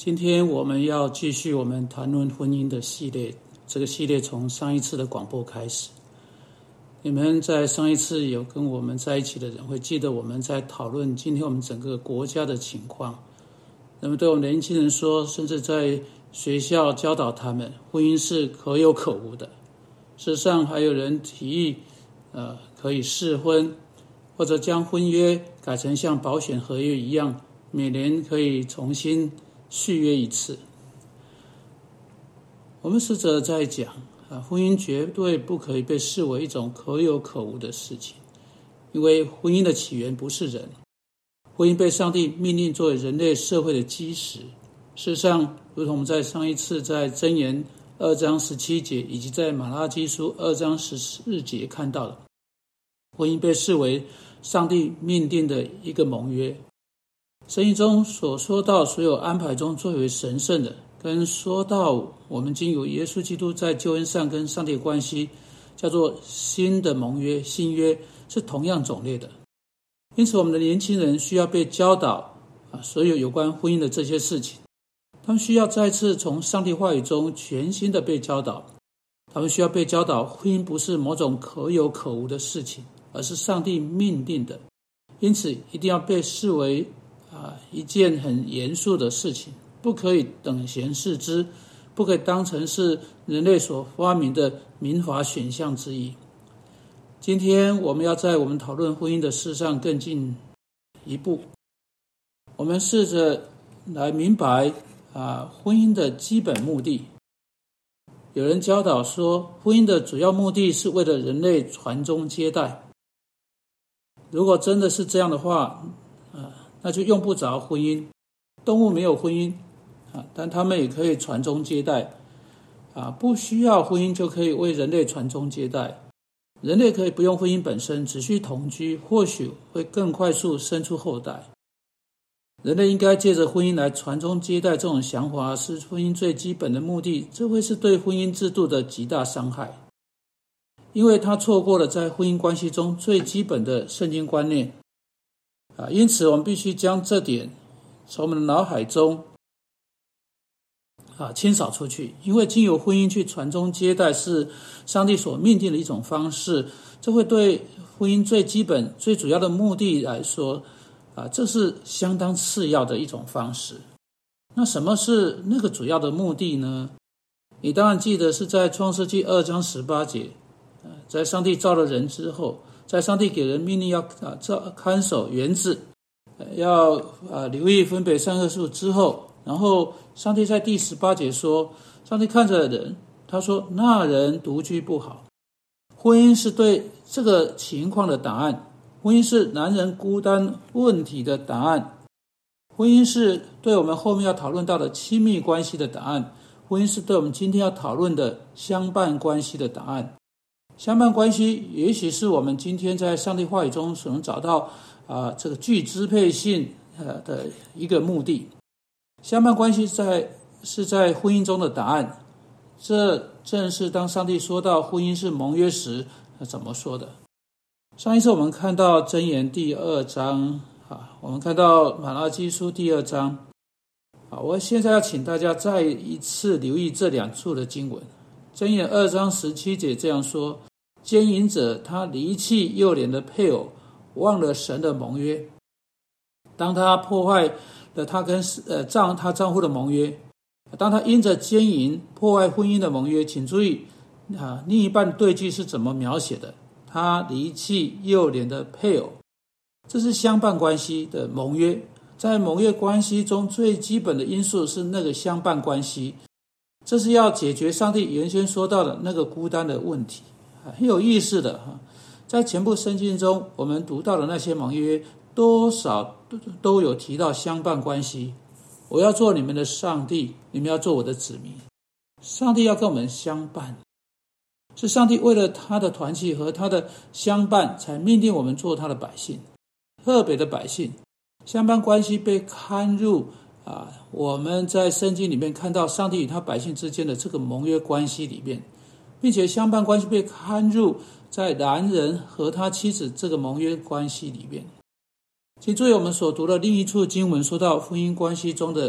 今天我们要继续我们谈论婚姻的系列，这个系列从上一次的广播开始。你们在上一次有跟我们在一起的人会记得我们在讨论今天我们整个国家的情况。那么对我们年轻人说，甚至在学校教导他们，婚姻是可有可无的。事实上还有人提议可以试婚，或者将婚约改成像保险合约一样，每年可以重新续约一次。我们试着在讲婚姻绝对不可以被视为一种可有可无的事情，因为婚姻的起源不是人，婚姻被上帝命令作为人类社会的基石。事实上，如同我们在上一次在箴言2章17节以及在马拉基书2章14节看到的，婚姻被视为上帝命定的一个盟约。圣经中所说到所有安排中最为神圣的，跟说到我们经由耶稣基督在救恩上跟上帝的关系，叫做新的盟约、新约，是同样种类的。因此我们的年轻人需要被教导所有有关婚姻的这些事情。他们需要再次从上帝话语中全新的被教导。他们需要被教导，婚姻不是某种可有可无的事情，而是上帝命定的。因此一定要被视为一件很严肃的事情，不可以等闲视之，不可以当成是人类所发明的民法选项之一。今天我们要在我们讨论婚姻的事上更进一步，我们试着来明白婚姻的基本目的。有人教导说，婚姻的主要目的是为了人类传宗接代。如果真的是这样的话，那就用不着婚姻。动物没有婚姻但它们也可以传宗接代不需要婚姻就可以为人类传宗接代。人类可以不用婚姻本身，只需同居，或许会更快速生出后代。人类应该借着婚姻来传宗接代，这种想法是婚姻最基本的目的，这会是对婚姻制度的极大伤害，因为它错过了在婚姻关系中最基本的圣经观念因此我们必须将这点从我们的脑海中清扫出去。因为经由婚姻去传宗接代是上帝所命定的一种方式，这会对婚姻最基本最主要的目的来说这是相当次要的一种方式。那什么是那个主要的目的呢？你当然记得是在创世纪2章18节，在上帝造了人之后，在上帝给人命令要看守园子，要留意分别善恶树之后，然后上帝在第18节说，上帝看着人，他说那人独居不好。婚姻是对这个情况的答案，婚姻是男人孤单问题的答案，婚姻是对我们后面要讨论到的亲密关系的答案，婚姻是对我们今天要讨论的相伴关系的答案。相伴关系也许是我们今天在上帝话语中所能找到这个具支配性的一个目的。相伴关系是在婚姻中的答案，这正是当上帝说到婚姻是盟约时怎么说的。上一次我们看到箴言第2章我们看到马拉基书第2章我现在要请大家再一次留意这两处的经文。箴言2章17节这样说，奸淫者他离弃幼年的配偶，忘了神的盟约。当他破坏了他跟他丈夫的盟约，当他因着奸淫破坏婚姻的盟约，请注意另一半对句是怎么描写的，他离弃幼年的配偶。这是相伴关系的盟约，在盟约关系中最基本的因素是那个相伴关系，这是要解决上帝原先说到的那个孤单的问题。很有意思的在全部圣经中我们读到的那些盟约多少都有提到相伴关系。我要做你们的上帝，你们要做我的子民。上帝要跟我们相伴，是上帝为了他的团契和他的相伴才命令我们做他的百姓，特别的百姓。相伴关系被看入我们在圣经里面看到上帝与他百姓之间的这个盟约关系里面，并且相伴关系被看入在男人和他妻子这个盟约关系里面。请注意我们所读的另一处经文说到婚姻关系中的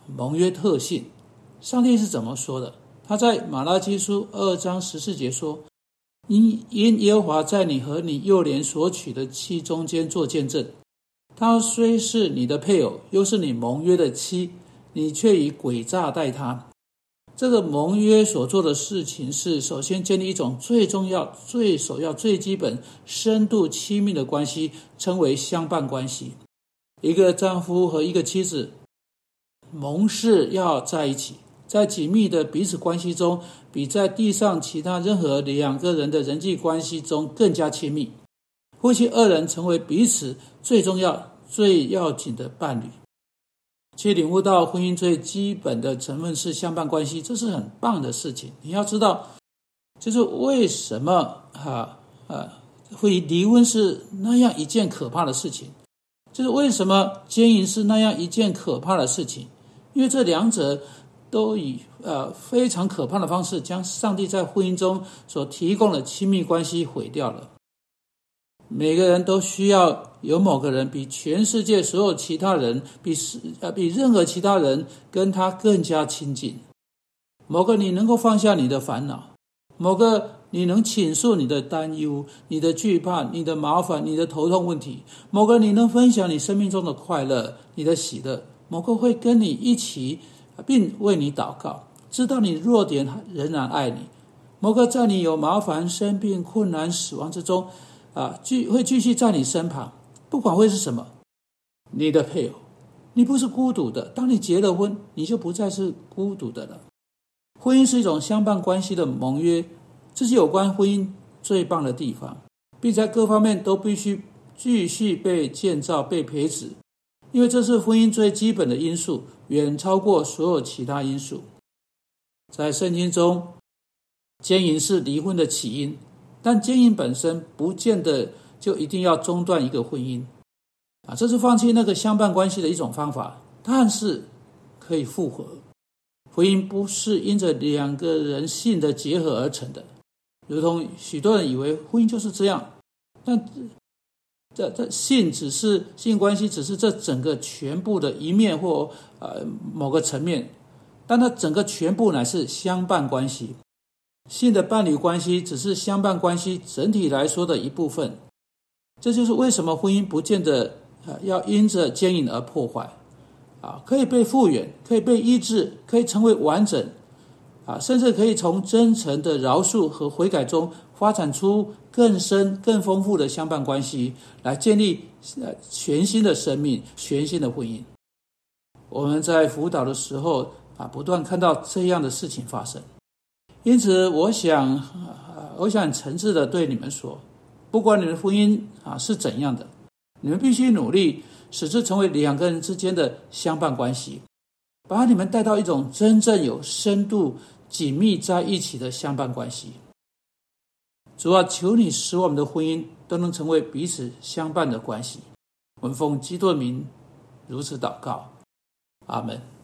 盟约特性。上帝是怎么说的？他在马拉基书2章14节说，因耶和华在你和你幼年所娶的妻中间做见证，她虽是你的配偶，又是你盟约的妻，你却以诡诈待她。这个盟约所做的事情是，首先建立一种最重要、最首要、最基本、深度亲密的关系，称为相伴关系。一个丈夫和一个妻子盟誓要在一起，在紧密的彼此关系中，比在地上其他任何两个人的人际关系中更加亲密。夫妻二人成为彼此最重要、最要紧的伴侣。去领悟到婚姻最基本的成分是相伴关系，这是很棒的事情。你要知道，就是为什么会离婚是那样一件可怕的事情，就是为什么奸淫是那样一件可怕的事情，因为这两者都以非常可怕的方式将上帝在婚姻中所提供的亲密关系毁掉了。每个人都需要有某个人比全世界所有其他人比任何其他人跟他更加亲近。某个你能够放下你的烦恼，某个你能倾诉你的担忧、你的惧怕、你的麻烦、你的头痛问题，某个你能分享你生命中的快乐、你的喜乐，某个会跟你一起并为你祷告，知道你弱点仍然爱你，某个在你有麻烦、生病、困难、死亡之中会继续在你身旁，不管会是什么，你的配偶，你不是孤独的。当你结了婚，你就不再是孤独的了。婚姻是一种相伴关系的盟约，这是有关婚姻最棒的地方，并在各方面都必须继续被建造、被培植，因为这是婚姻最基本的因素，远超过所有其他因素。在圣经中，奸淫是离婚的起因，但奸淫本身不见得就一定要中断一个婚姻这是放弃那个相伴关系的一种方法，但是可以复合。婚姻不是因着两个人性的结合而成的，如同许多人以为婚姻就是这样，但这性关系只是这整个全部的一面或某个层面，但它整个全部乃是相伴关系。性的伴侣关系只是相伴关系整体来说的一部分。这就是为什么婚姻不见得要因着奸淫而破坏可以被复原，可以被医治，可以成为完整甚至可以从真诚的饶恕和悔改中发展出更深更丰富的相伴关系，来建立全新的生命，全新的婚姻。我们在辅导的时候不断看到这样的事情发生。因此我想很诚挚的对你们说，不管你们婚姻是怎样的，你们必须努力使之成为两个人之间的相伴关系，把你们带到一种真正有深度紧密在一起的相伴关系。主啊，求你使我们的婚姻都能成为彼此相伴的关系。我们奉基督的名如此祷告，阿们。